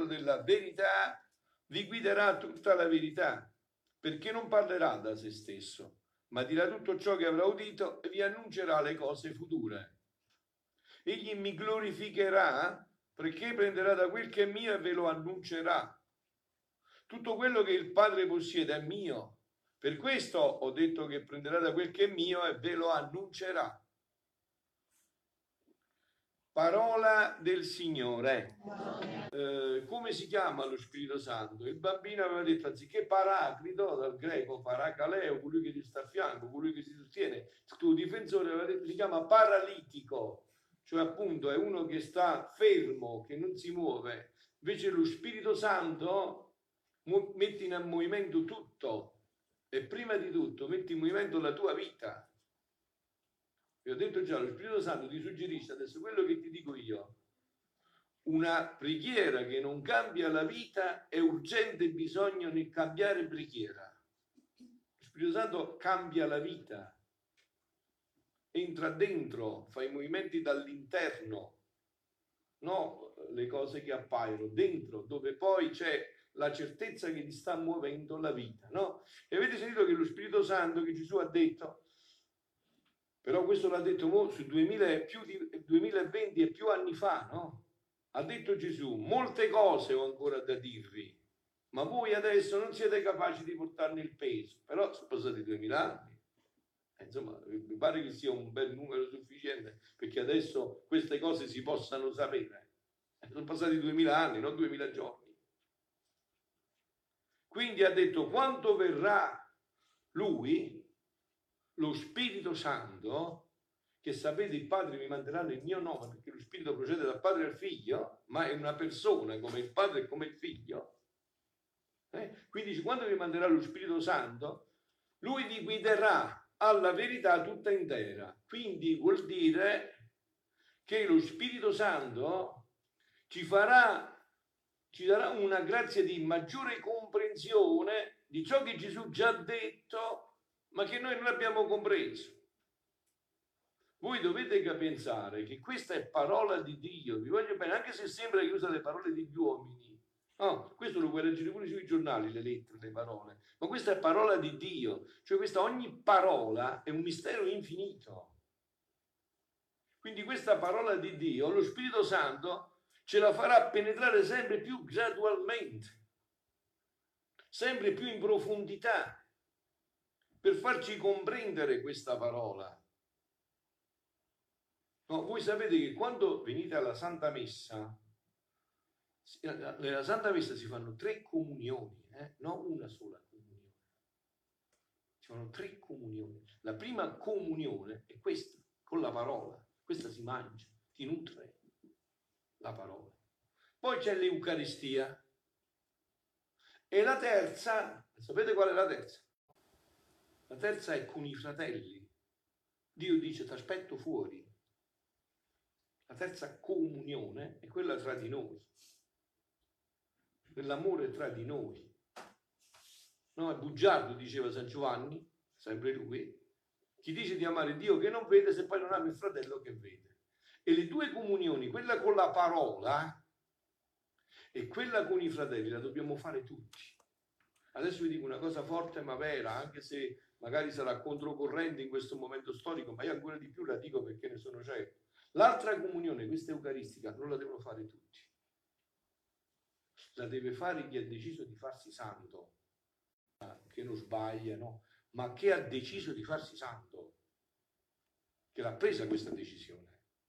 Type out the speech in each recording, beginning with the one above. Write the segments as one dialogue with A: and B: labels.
A: della verità vi guiderà a tutta la verità, perché non parlerà da se stesso, ma dirà tutto ciò che avrà udito e vi annuncerà le cose future. Egli mi glorificherà perché prenderà da quel che è mio e ve lo annuncerà. Tutto quello che il Padre possiede è mio. Per questo ho detto che prenderà da quel che è mio e ve lo annuncerà. Parola del Signore. Come si chiama lo Spirito Santo? Il bambino aveva detto, anziché paraclito, dal greco paracaleo, colui che ti sta a fianco, colui che si sostiene, il tuo difensore aveva detto, si chiama paralitico, cioè appunto è uno che sta fermo, che non si muove. Invece lo Spirito Santo mette in movimento tutto e prima di tutto metti in movimento la tua vita. Vi ho detto già, lo Spirito Santo ti suggerisce adesso quello che ti dico io. Una preghiera che non cambia la vita è urgente bisogno di cambiare preghiera. Lo Spirito Santo cambia la vita, entra dentro, fa i movimenti dall'interno, no le cose che appaiono, dentro, dove poi c'è la certezza che ti sta muovendo la vita, no? E avete sentito che lo Spirito Santo che Gesù ha detto, però questo l'ha detto su 2020 e più anni fa, no? Ha detto Gesù, molte cose ho ancora da dirvi, ma voi adesso non siete capaci di portarne il peso. Però sono passati 2000 anni. Insomma, mi pare che sia un bel numero sufficiente perché adesso queste cose si possano sapere. Sono passati 2000 anni, non 2000 giorni. Quindi ha detto, quando verrà Lui, lo Spirito Santo, che sapete il Padre mi manderà nel mio nome, perché lo Spirito procede dal Padre al Figlio, ma è una persona come il Padre e come il Figlio. Quindi quando vi manderà lo Spirito Santo, Lui vi guiderà alla verità tutta intera. Quindi vuol dire che lo Spirito Santo ci darà una grazia di maggiore comprensione di ciò che Gesù già ha detto, ma che noi non abbiamo compreso. Voi dovete pensare che questa è parola di Dio, vi voglio bene, anche se sembra che usa le parole degli uomini. No, questo lo puoi leggere pure sui giornali, le lettere, le parole. Ma questa è parola di Dio, cioè ogni parola è un mistero infinito. Quindi questa parola di Dio, lo Spirito Santo ce la farà penetrare sempre più gradualmente, sempre più in profondità, per farci comprendere questa parola. No, voi sapete che quando venite alla Santa Messa, nella Santa Messa si fanno 3 comunioni, non una sola comunione. Si fanno 3 comunioni. La prima comunione è questa, con la parola. Questa si mangia, ti nutre la parola. Poi c'è l'Eucaristia. E la terza, sapete qual è la terza? La terza è con i fratelli. Dio dice, ti aspetto fuori. La terza comunione è quella tra di noi, dell'amore tra di noi. No, è bugiardo, diceva San Giovanni, sempre lui, chi dice di amare Dio che non vede se poi non ama il fratello che vede. E le 2 comunioni, quella con la parola e quella con i fratelli, la dobbiamo fare tutti. Adesso vi dico una cosa forte ma vera, anche se magari sarà controcorrente in questo momento storico, ma io ancora di più la dico perché ne sono certo. L'altra comunione, questa eucaristica, non la devono fare tutti. La deve fare chi ha deciso di farsi santo, che non sbaglia, no? Ma che ha deciso di farsi santo, che l'ha presa questa decisione.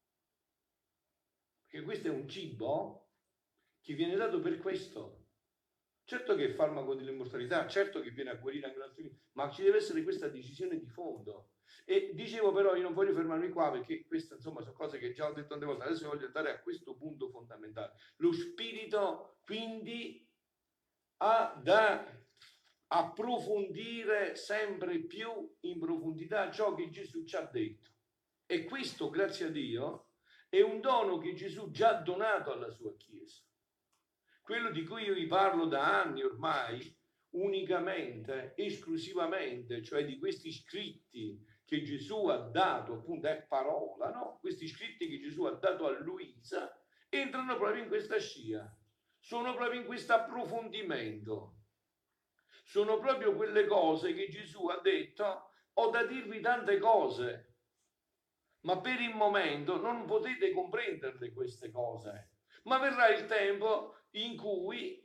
A: Perché questo è un cibo che viene dato per questo. Certo che è il farmaco dell'immortalità, certo che viene a guarire anche l'altro, ma ci deve essere questa decisione di fondo. E dicevo però, io non voglio fermarmi qua perché queste insomma sono cose che già ho detto tante volte, adesso voglio andare a questo punto fondamentale. Lo spirito quindi ha da approfondire sempre più in profondità ciò che Gesù ci ha detto. E questo, grazie a Dio, è un dono che Gesù già ha donato alla sua Chiesa. Quello di cui io vi parlo da anni ormai, unicamente, esclusivamente, cioè di questi scritti che Gesù ha dato, appunto è parola, no? Questi scritti che Gesù ha dato a Luisa entrano proprio in questa scia. sono proprio in questo approfondimento. Sono proprio quelle cose che Gesù ha detto: ho da dirvi tante cose, ma per il momento non potete comprenderle queste cose. Ma verrà il tempo in cui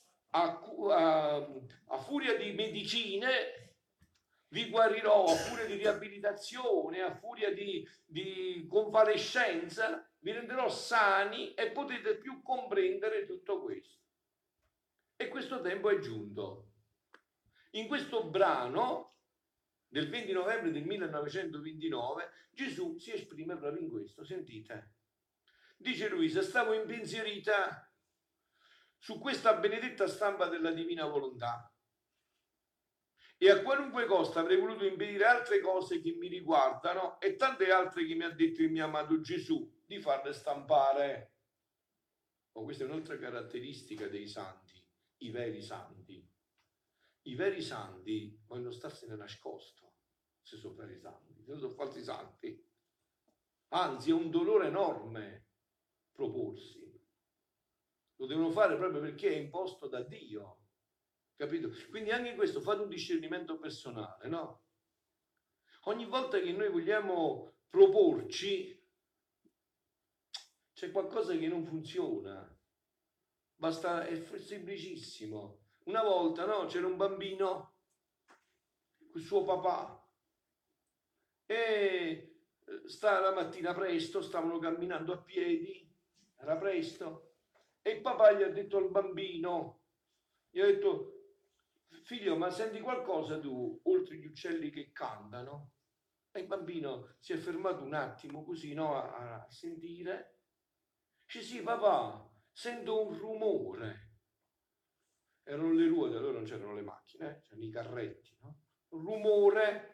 A: a furia di medicine vi guarirò, a furia di riabilitazione, a furia di convalescenza, vi renderò sani e potete più comprendere tutto questo. E questo tempo è giunto. In questo brano del 20 novembre del 1929 Gesù si esprime proprio in questo. Sentite, dice Luisa: stavo impensierita su questa benedetta stampa della divina volontà e a qualunque costo avrei voluto impedire altre cose che mi riguardano e tante altre che mi ha detto il mio amato Gesù di farle stampare. Oh, questa è un'altra caratteristica dei santi, i veri santi. I veri santi vogliono starsene nascosto, se sono veri santi, se sono falsi santi. Anzi, è un dolore enorme proporsi. Lo devono fare proprio perché è imposto da Dio. Capito? Quindi anche in questo fate un discernimento personale, no? Ogni volta che noi vogliamo proporci, c'è qualcosa che non funziona. Basta, è semplicissimo. Una volta, no, c'era un bambino con suo papà e la mattina presto, stavano camminando a piedi, era presto, e il papà gli ha detto al bambino, gli ha detto: figlio, ma senti qualcosa tu oltre gli uccelli che cantano? E il bambino si è fermato un attimo così, no, a sentire. Dice: sì papà, sento un rumore. Erano le ruote, allora non c'erano le macchine, c'erano i carretti, no? Un rumore.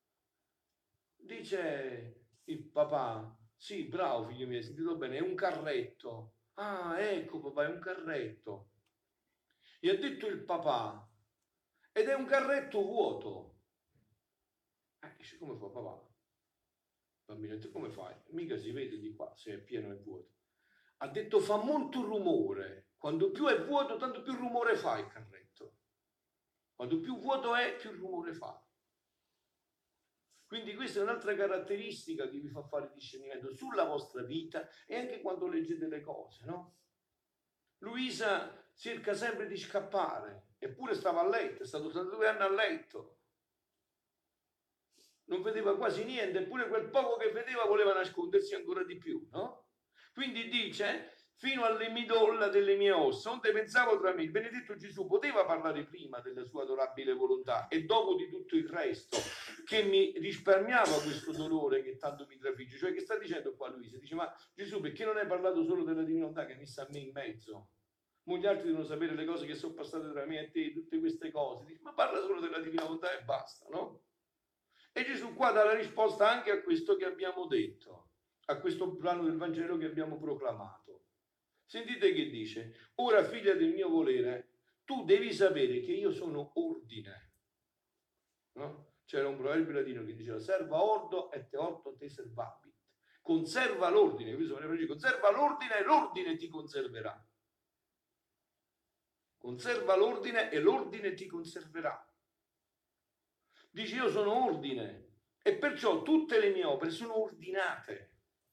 A: Dice il papà: sì, bravo figlio mio, hai sentito bene, è un carretto. Ah, ecco papà, è un carretto. Gli ha detto il papà: ed è un carretto vuoto. Dice: come fa papà? Il bambino ha detto: come fai? Mica si vede di qua se è pieno o è vuoto. Ha detto: fa molto rumore. Quando più è vuoto, tanto più rumore fa il carretto. Quando più vuoto è, più rumore fa. Quindi questa è un'altra caratteristica che vi fa fare discernimento sulla vostra vita e anche quando leggete le cose, no? Luisa cerca sempre di scappare, eppure stava a letto, è stato 32 anni a letto. Non vedeva quasi niente, eppure quel poco che vedeva voleva nascondersi ancora di più, no? Quindi dice: fino alle midolla delle mie ossa, onde pensavo tra me, il benedetto Gesù poteva parlare prima della sua adorabile volontà e dopo di tutto il resto che mi risparmiava questo dolore che tanto mi trafigge. Cioè, che sta dicendo qua Luisa? Dice: ma Gesù, perché non hai parlato solo della divina volontà che è messa a me in mezzo? Molti altri devono sapere le cose che sono passate tra me e te, tutte queste cose. Dice: ma parla solo della divina volontà e basta, no? E Gesù qua dà la risposta anche a questo che abbiamo detto, a questo brano del Vangelo che abbiamo proclamato. Sentite che dice: ora figlia del mio volere, tu devi sapere che io sono ordine. No? C'era un proverbio latino che diceva: serva ordo et ordo te servabit. Conserva l'ordine, conserva l'ordine e l'ordine ti conserverà. Conserva l'ordine e l'ordine ti conserverà. Dice: io sono ordine e perciò tutte le mie opere sono ordinate.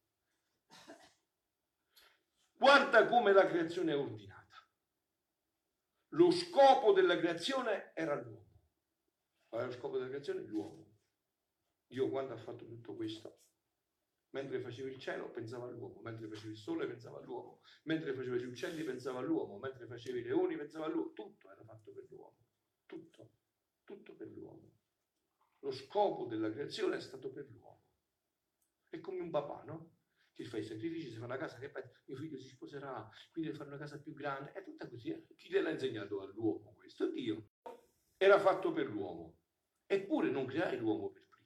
A: Guarda come la creazione è ordinata. Lo scopo della creazione era l'uomo. Qual è lo scopo della creazione? L'uomo. Dio, quando ha fatto tutto questo, mentre faceva il cielo pensava all'uomo, mentre faceva il sole pensava all'uomo, mentre faceva gli uccelli pensava all'uomo, mentre faceva i leoni pensava all'uomo. Tutto era fatto per l'uomo. Tutto per l'uomo. Lo scopo della creazione è stato per l'uomo. È come un papà, no? Che fa i sacrifici, si fa una casa, che pensa, mio figlio si sposerà, quindi deve fare una casa più grande. È tutta così. Chi gliel'ha insegnato all'uomo questo? Dio. Era fatto per l'uomo. Eppure non creai l'uomo per prima.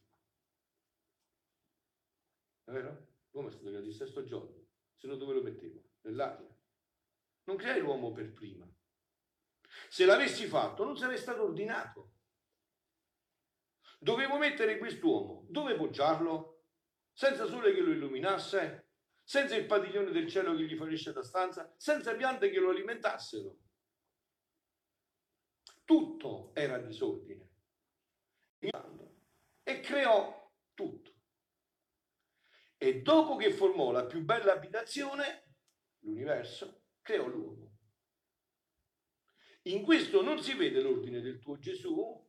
A: È vero? L'uomo è stato creato il sesto giorno. Se no dove lo mettevo? Nell'aria. Non creai l'uomo per prima. Se l'avessi fatto non sarebbe stato ordinato. Dovevo mettere quest'uomo. Dove poggiarlo? Senza sole che lo illuminasse? senza il padiglione del cielo che gli fornisce da stanza, senza piante che lo alimentassero. Tutto era disordine. E creò tutto. E dopo che formò la più bella abitazione, l'universo, creò l'uomo. In questo non si vede l'ordine del tuo Gesù?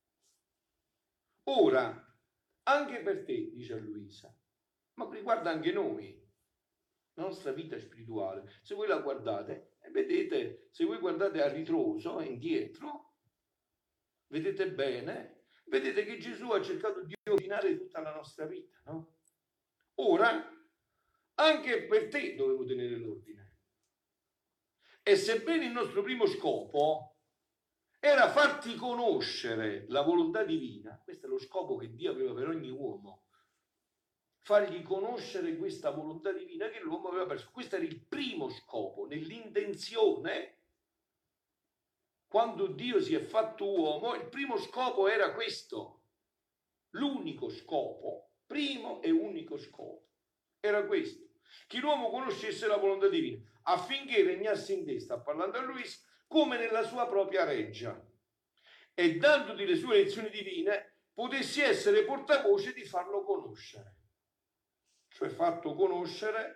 A: Ora, anche per te, dice a Luisa, ma riguarda anche noi, la nostra vita spirituale. Se voi la guardate, vedete, se voi guardate a ritroso, indietro, vedete bene, vedete che Gesù ha cercato di ordinare tutta la nostra vita, no? Ora, anche per te dovevo tenere l'ordine. E sebbene il nostro primo scopo era farti conoscere la volontà divina, questo è lo scopo che Dio aveva per ogni uomo, fargli conoscere questa volontà divina che l'uomo aveva perso. Questo era il primo scopo, nell'intenzione. Quando Dio si è fatto uomo, il primo scopo era questo. L'unico scopo, primo e unico scopo, era questo. Che l'uomo conoscesse la volontà divina, affinché regnasse in te, sta parlando a Luisa, come nella sua propria reggia. E dandoti le sue lezioni divine, potessi essere portavoce di farlo conoscere. Cioè fatto conoscere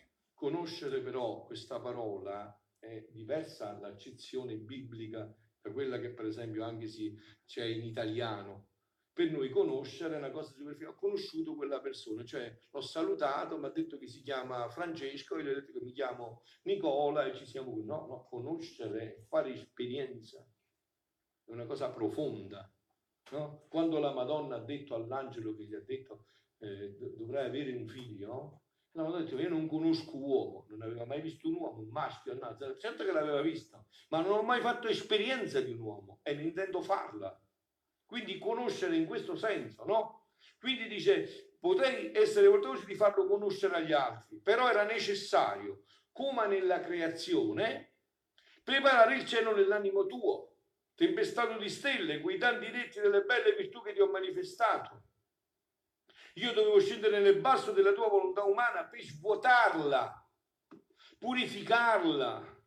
A: però questa parola è diversa dall'accezione biblica da quella che per esempio anche c'è in italiano. Per noi conoscere è una cosa superficiale. Ho conosciuto quella persona, cioè l'ho salutato, mi ha detto che si chiama Francesco, e gli ho detto che mi chiamo Nicola e ci siamo. No, conoscere, fare esperienza è una cosa profonda, no? Quando la Madonna ha detto all'angelo che gli ha detto dovrai avere un figlio, no? La Madonna ha detto io non conosco uomo, non aveva mai visto un uomo, un maschio, no, certo che l'aveva visto, ma non ho mai fatto esperienza di un uomo e ne intendo farla. Quindi conoscere in questo senso, no? Quindi dice, potrei essere portavoce di farlo conoscere agli altri, però era necessario, come nella creazione, preparare il cielo nell'animo tuo, tempestato di stelle, quei tanti detti delle belle virtù che ti ho manifestato. Io dovevo scendere nel basso della tua volontà umana per svuotarla, purificarla,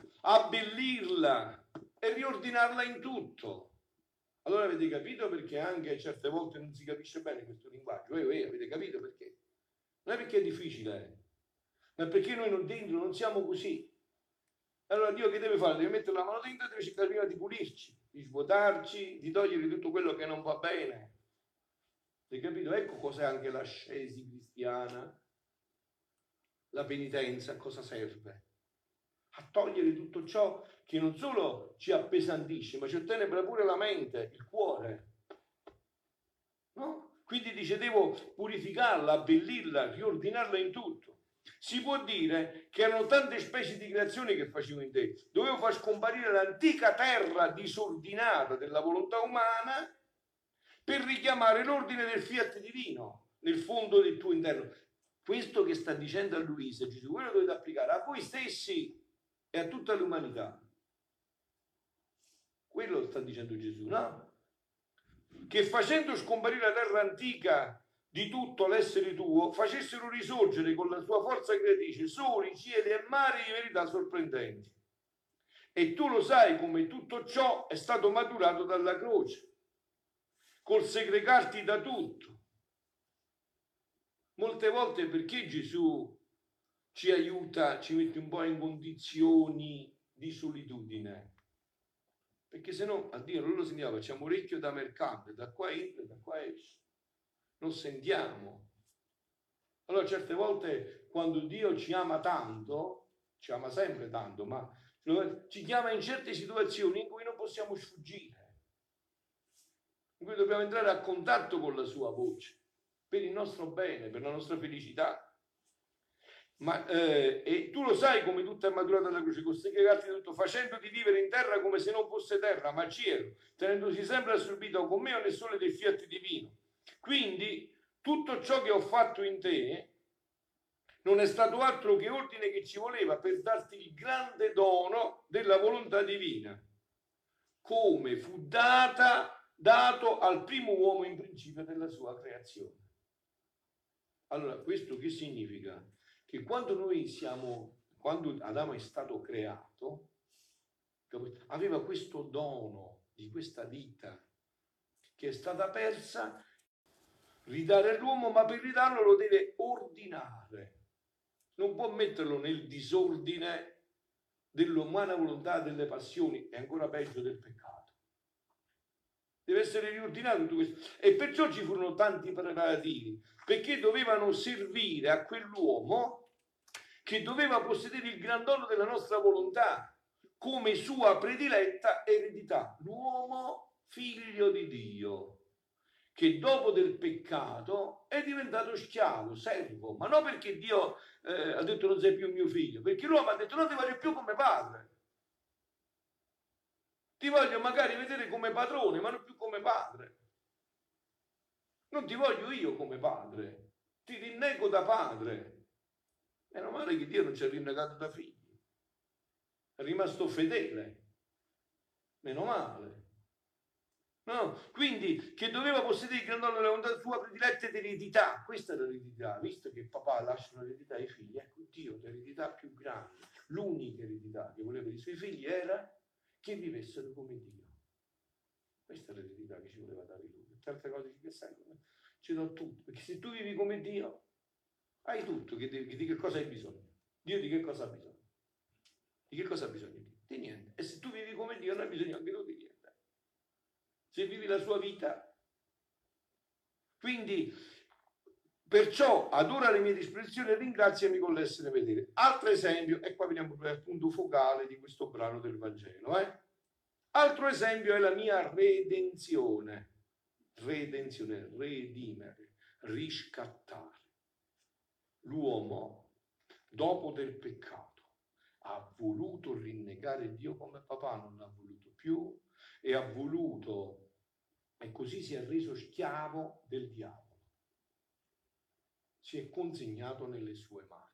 A: abbellirla e riordinarla in tutto. Allora avete capito perché anche certe volte non si capisce bene questo linguaggio? Avete capito perché? Non è perché è difficile, ma perché noi dentro non siamo così. Allora Dio che deve fare? Deve mettere la mano dentro e deve cercare prima di pulirci, di svuotarci, di togliere tutto quello che non va bene. Avete capito? Ecco cos'è anche l'ascesi cristiana, la penitenza, a cosa serve? A togliere tutto ciò che non solo ci appesantisce, ma ci ottenebra pure la mente, il cuore. No? Quindi dice devo purificarla, abbellirla, riordinarla in tutto. Si può dire che erano tante specie di creazioni che facevo in te. Dovevo far scomparire l'antica terra disordinata della volontà umana per richiamare l'ordine del fiat divino nel fondo del tuo interno. Questo che sta dicendo a Luisa Gesù, voi lo dovete applicare a voi stessi e a tutta l'umanità. Quello sta dicendo Gesù, no? Che facendo scomparire la terra antica di tutto l'essere tuo, facessero risorgere con la sua forza creatrice soli, cieli e mari di verità sorprendenti. E tu lo sai come tutto ciò è stato maturato dalla croce, col segregarti da tutto. Molte volte perché Gesù ci aiuta, ci mette un po' in condizioni di solitudine? Perché se no a Dio non lo sentiamo, facciamo orecchio da mercante, da qua entra, da qua esce. Non sentiamo. Allora certe volte quando Dio ci ama tanto, ci ama sempre tanto, ma ci chiama in certe situazioni in cui non possiamo sfuggire, in cui dobbiamo entrare a contatto con la sua voce, per il nostro bene, per la nostra felicità. E tu lo sai come tutto è maturato alla croce, costringerti tutto, facendoti vivere in terra come se non fosse terra, ma cielo, tenendosi sempre assorbito con me nel sole del fiat divino. Quindi tutto ciò che ho fatto in te non è stato altro che ordine che ci voleva per darti il grande dono della volontà divina, come fu dato al primo uomo in principio della sua creazione. Allora, questo che significa? che quando Adamo è stato creato, aveva questo dono di questa vita che è stata persa, ridare all'uomo, ma per ridarlo lo deve ordinare. Non può metterlo nel disordine dell'umana volontà, delle passioni, e ancora peggio del peccato. Deve essere riordinato tutto questo. E perciò ci furono tanti preparativi, perché dovevano servire a quell'uomo che doveva possedere il gran dono della nostra volontà come sua prediletta eredità. L'uomo figlio di Dio, che dopo del peccato è diventato schiavo, servo, ma non perché Dio ha detto non sei più mio figlio, perché l'uomo ha detto non ti voglio più come padre. Ti voglio magari vedere come padrone, ma non più come padre. Non ti voglio io come padre, ti rinnego da padre. Meno male che Dio non ci ha rinnegato da figli. È rimasto fedele. Meno male. No? Quindi che doveva possedere il gran dono della sua prediletta ed eredità. Questa è l'eredità. Visto che papà lascia un'eredità ai figli, ecco Dio, l'eredità più grande, l'unica eredità che voleva i suoi figli era che vivessero come Dio. Questa è l'eredità che ci voleva dare lui. Tante cose che servono, ci do tutto. Perché se tu vivi come Dio, hai tutto. Di che cosa hai bisogno? Dio di che cosa ha bisogno? Di che cosa ha bisogno Dio? Di niente. E se tu vivi come Dio, non hai bisogno anche tu di niente. Se vivi la sua vita. Quindi, perciò adora le mie disposizioni e ringraziami con l'essere vedere. Altro esempio, e qua veniamo al punto focale di questo brano del Vangelo. Altro esempio è la mia redenzione. Redenzione, redimere, riscattare. L'uomo, dopo del peccato, ha voluto rinnegare Dio come papà, non l'ha voluto più, e ha voluto, e così si è reso schiavo del diavolo. Si è consegnato nelle sue mani.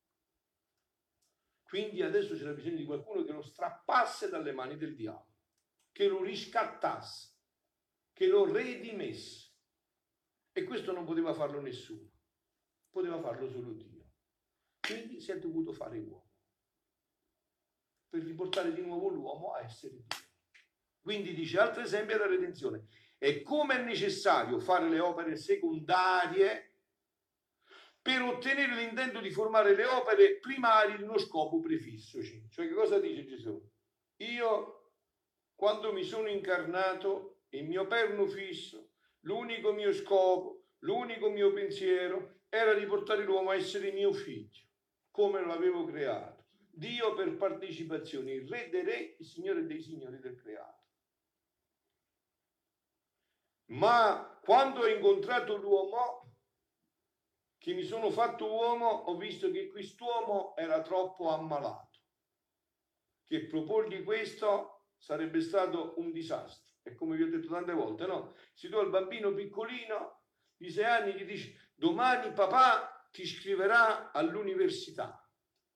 A: Quindi adesso c'era bisogno di qualcuno che lo strappasse dalle mani del diavolo, che lo riscattasse, che lo redimesse. E questo non poteva farlo nessuno, poteva farlo solo Dio. Quindi si è dovuto fare uomo, per riportare di nuovo l'uomo a essere Dio. Quindi dice, altro esempio è la redenzione. E come è necessario fare le opere secondarie per ottenere l'intento di formare le opere primarie di uno scopo prefisso. Cioè che cosa dice Gesù? Io, quando mi sono incarnato, il mio perno fisso, l'unico mio scopo, l'unico mio pensiero era di portare l'uomo a essere mio figlio, come lo avevo creato. Dio per partecipazione, il re dei re, il signore dei signori del creato. Ma quando ho incontrato l'uomo, che mi sono fatto uomo, ho visto che quest'uomo era troppo ammalato, che proporgli questo sarebbe stato un disastro. E come vi ho detto tante volte, no? Se tu al bambino piccolino di 6 anni gli dici domani papà ti iscriverà all'università,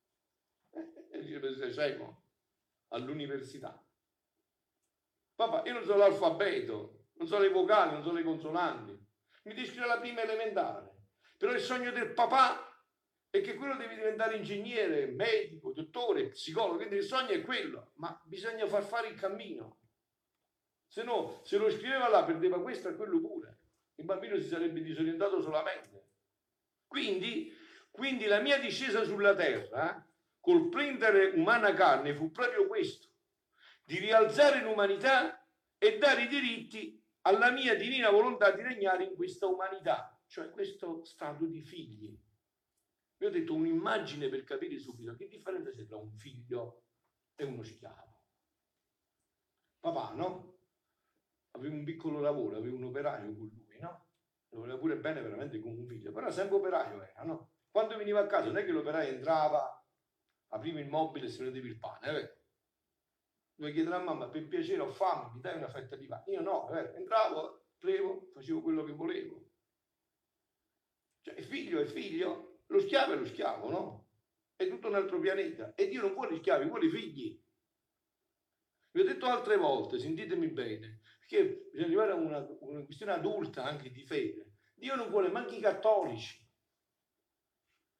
A: sei scemo, all'università. Papà, io non so l'alfabeto, non so le vocali, non so le consonanti, mi ti iscrivo alla prima elementare. Però il sogno del papà è che quello deve diventare ingegnere, medico, dottore, psicologo, quindi il sogno è quello, ma bisogna far fare il cammino. Se no, se lo iscriveva là, perdeva questo e quello pure. Il bambino si sarebbe disorientato solamente. Quindi la mia discesa sulla terra, col prendere umana carne, fu proprio questo, di rialzare l'umanità e dare i diritti alla mia divina volontà di regnare in questa umanità. Cioè questo stato di figli. Vi ho detto un'immagine per capire subito che differenza c'è tra un figlio e uno schiavo. Papà, no? Aveva un piccolo lavoro, aveva un operaio con lui, no? Lo voleva pure bene veramente come un figlio, però sempre operaio era, no? Quando veniva a casa non è che l'operaio entrava, apriva il mobile e si prendevi il pane, vero? Dove chiedere a mamma, per piacere ho fame, mi dai una fetta di pane? Io no, entravo, prevo, facevo quello che volevo. Cioè, il figlio è figlio, lo schiavo è lo schiavo, no? È tutto un altro pianeta. E Dio non vuole gli schiavi, vuole i figli. Vi ho detto altre volte, sentitemi bene, perché bisogna arrivare a una questione adulta anche di fede. Dio non vuole manchi i cattolici.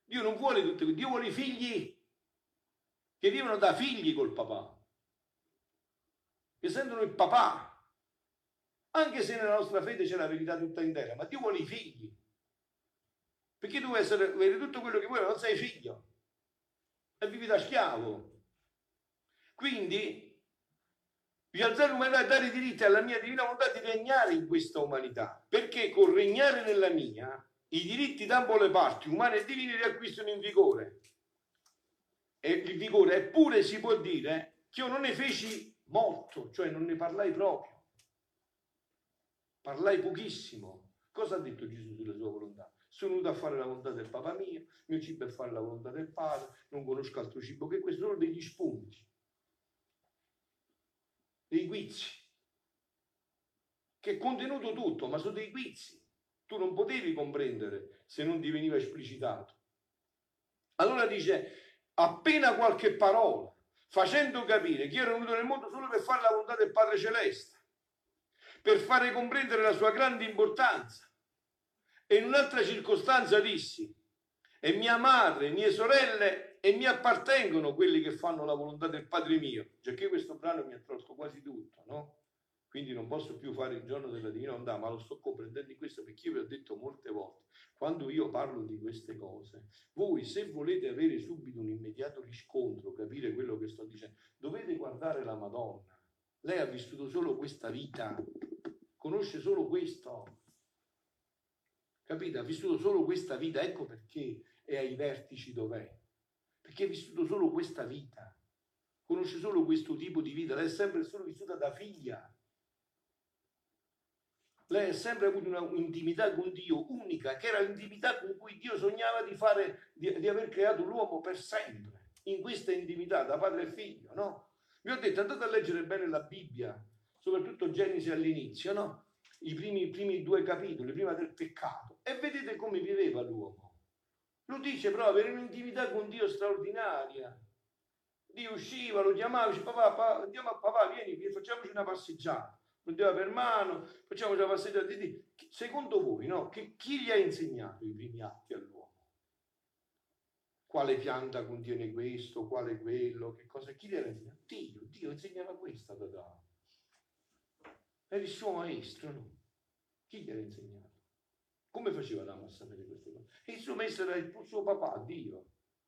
A: Dio non vuole tutte queste, Dio vuole i figli che vivono da figli col papà, che sentono il papà, anche se nella nostra fede c'è la verità tutta intera, ma Dio vuole i figli. Perché tu vuoi avere tutto quello che vuoi, ma non sei figlio e vivi da schiavo. Quindi vi alzare l'umanità e dare i diritti alla mia divina volontà di regnare in questa umanità, perché col regnare nella mia i diritti da ambo le parti, umane e divine, riacquistano in vigore. E il vigore, eppure si può dire che io non ne feci molto, cioè non ne parlai proprio, parlai pochissimo. Cosa ha detto Gesù sulla sua volontà? Sono venuto a fare la volontà del papà mio, il mio cibo è fare la volontà del padre, non conosco altro cibo che questo, sono degli spunti, dei guizzi, che è contenuto tutto, ma sono dei guizzi. Tu non potevi comprendere se non ti veniva esplicitato. Allora dice, appena qualche parola, facendo capire che io ero venuto nel mondo solo per fare la volontà del Padre Celeste, per fare comprendere la sua grande importanza. E in un'altra circostanza dissi, e mia madre, mie sorelle, e mi appartengono quelli che fanno la volontà del Padre mio. Giacché questo brano mi ha tolto quasi tutto, no? Quindi non posso più fare il giorno della divina volontà, ma lo sto comprendendo in questo perché io vi ho detto molte volte, quando io parlo di queste cose, voi se volete avere subito un immediato riscontro, capire quello che sto dicendo, dovete guardare la Madonna. Lei ha vissuto solo questa vita, conosce solo questo, capite? Ha vissuto solo questa vita, ecco perché è ai vertici dov'è, perché ha vissuto solo questa vita, conosce solo questo tipo di vita, lei è sempre solo vissuta da figlia. Lei ha sempre avuto un'intimità con Dio unica, che era l'intimità con cui Dio sognava di aver creato l'uomo per sempre, in questa intimità da padre e figlio, no? Vi ho detto, andate a leggere bene la Bibbia, soprattutto Genesi all'inizio, no? I primi 2 capitoli, prima del peccato, e vedete come viveva l'uomo. Lo dice però, avere un'intimità con Dio straordinaria. Dio usciva, lo chiamava, dice, papà, andiamo a papà, vieni, facciamoci una passeggiata. Prendeva per mano, facciamo la passeggiata. Secondo voi, no? Chi gli ha insegnato i primi atti all'uomo? Quale pianta contiene questo, quale quello, che cosa? Chi gli ha insegnato? Dio insegnava questo ad Adamo. Era il suo maestro, no? Chi gli ha insegnato? Come faceva Adamo a sapere queste cose? E il suo maestro era il suo papà, Dio.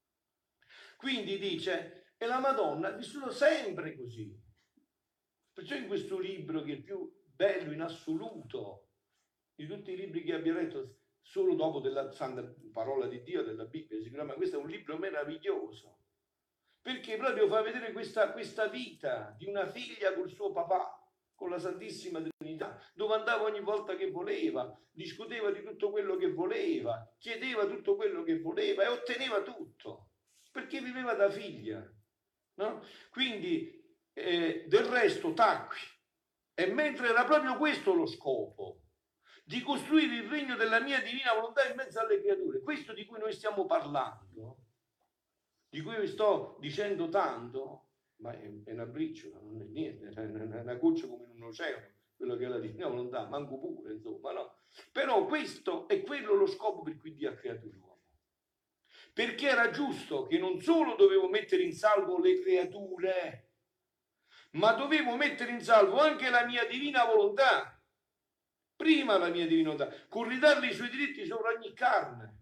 A: Quindi dice, e la Madonna ha vissuto sempre così. Perciò in questo libro, che è il più bello in assoluto di tutti i libri che abbia letto, solo dopo della santa parola di Dio, della Bibbia, sicuramente questo è un libro meraviglioso, perché proprio fa vedere questa vita di una figlia col suo papà, con la Santissima Trinità, dove andava ogni volta che voleva, discuteva di tutto quello che voleva, chiedeva tutto quello che voleva e otteneva tutto, perché viveva da figlia, no? Quindi del resto tacqui, e mentre era proprio questo lo scopo, di costruire il regno della mia divina volontà in mezzo alle creature, questo di cui noi stiamo parlando, di cui vi sto dicendo tanto, ma è una briciola, non è niente, è una goccia come in un oceano, quello che è la divina volontà, manco pure, insomma, no? Però questo è quello lo scopo per cui Dio ha creato l'uomo. Perché era giusto che non solo dovevo mettere in salvo le creature, ma dovevo mettere in salvo anche la mia divina volontà. Prima la mia divina volontà, con ridargli i suoi diritti sopra ogni carne.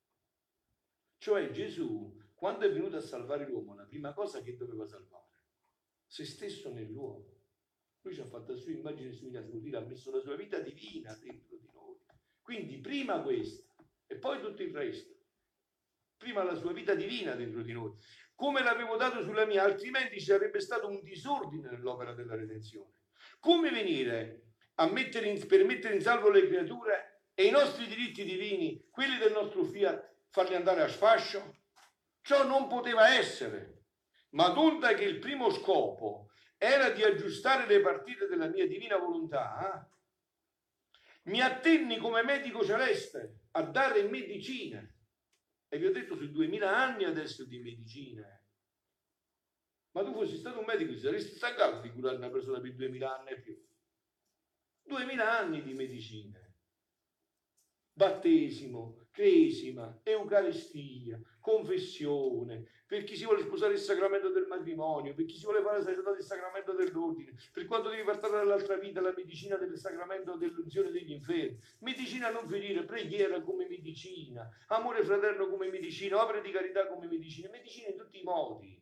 A: Cioè Gesù, quando è venuto a salvare l'uomo, la prima cosa che doveva salvare, se stesso nell'uomo. Lui ci ha fatto la sua immagine e somiglianza, vuol dire ha messo la sua vita divina dentro di noi. Quindi prima questa e poi tutto il resto. Prima la sua vita divina dentro di noi. Come l'avevo dato sulla mia, altrimenti ci sarebbe stato un disordine nell'opera della redenzione. Come venire per mettere in salvo le creature e i nostri diritti divini, quelli del nostro fiat, farli andare a sfascio? Ciò non poteva essere, ma donde che il primo scopo era di aggiustare le partite della mia divina volontà, mi attenni come medico celeste a dare medicine. E vi ho detto sui 2000 anni adesso di medicine. Ma tu fossi stato un medico, ti saresti stancato di curare una persona per 2000 anni e più. 2000 anni di medicine. Battesimo, cresima, eucaristia, confessione, per chi si vuole sposare il sacramento del matrimonio, per chi si vuole fare il sacerdote del sacramento dell'ordine, per quanto devi partire dall'altra vita, la medicina del sacramento dell'unzione degli infermi, medicina non finire, preghiera come medicina, amore fraterno come medicina, opere di carità come medicina in tutti i modi.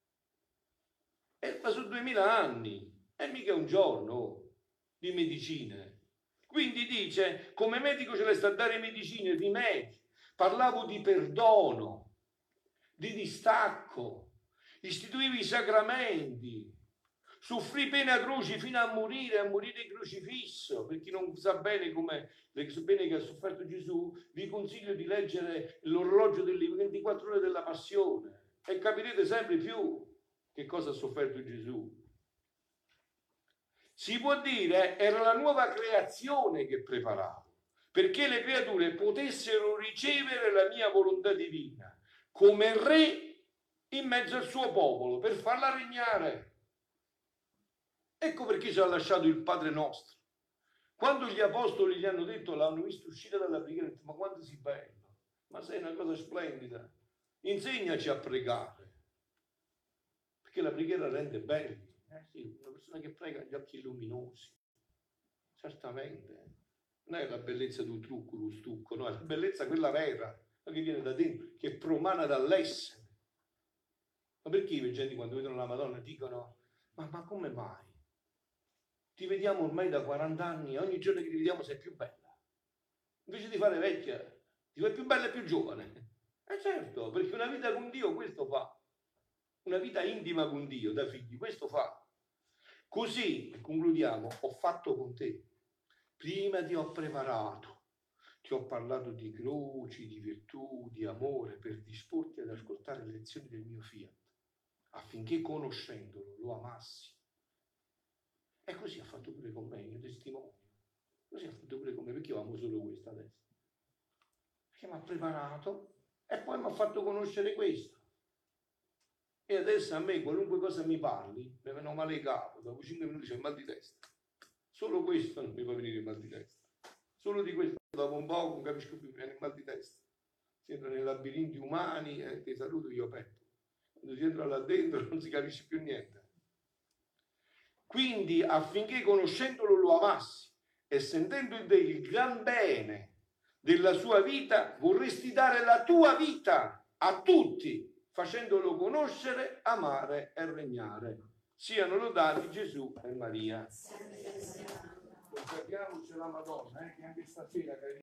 A: Ma su 2000 anni, è mica un giorno di medicine. Quindi dice, come medico celeste a dare medicine, rimedi, parlavo di perdono, di distacco, istituivi i sacramenti, soffrì pena croce fino a morire crocifisso. Per chi non sa bene bene che ha sofferto Gesù, vi consiglio di leggere l'orologio delle 24 ore della passione e capirete sempre più che cosa ha sofferto Gesù. Si può dire era la nuova creazione che preparavo, perché le creature potessero ricevere la mia volontà divina come re in mezzo al suo popolo, per farla regnare. Ecco perché ci ha lasciato il Padre nostro. Quando gli apostoli gli hanno detto, l'hanno visto uscire dalla preghiera, ma quanto sei bello, ma sei una cosa splendida, insegnaci a pregare, perché la preghiera rende belli. Sì, una persona che prega ha gli occhi luminosi, certamente. Non è la bellezza di un trucco, lo stucco, no, è la bellezza quella vera, che viene da dentro, che promana dall'essere. Ma perché i veggenti quando vedono la Madonna dicono, ma come mai? Ti vediamo ormai da 40 anni e ogni giorno che ti vediamo sei più bella. Invece di fare vecchia, ti fai più bella e più giovane. Certo, perché una vita con Dio questo fa. Una vita intima con Dio, da figli, questo fa. Così, concludiamo, ho fatto con te. Prima ti ho preparato, ti ho parlato di croci, di virtù, di amore, per disporti ad ascoltare le lezioni del mio fiat, affinché conoscendolo lo amassi. E così ha fatto pure con me, io testimonio. Così ha fatto pure con me, perché io amo solo questo adesso. Perché mi ha preparato e poi mi ha fatto conoscere questo. E adesso a me qualunque cosa mi parli, mi viene male capo, dopo 5 minuti c'è mal di testa. Solo questo non mi fa venire il mal di testa. Solo di questo dopo un po' non capisco più, mi viene il mal di testa. Si entra nei labirinti umani e ti saluto io petto. Quando si entra là dentro non si capisce più niente. Quindi affinché conoscendolo lo amassi e sentendo in te il gran bene della sua vita, vorresti dare la tua vita a tutti, facendolo conoscere, amare e regnare. Siano lodati Gesù e Maria. Conserviamoci la Madonna, che anche stasera,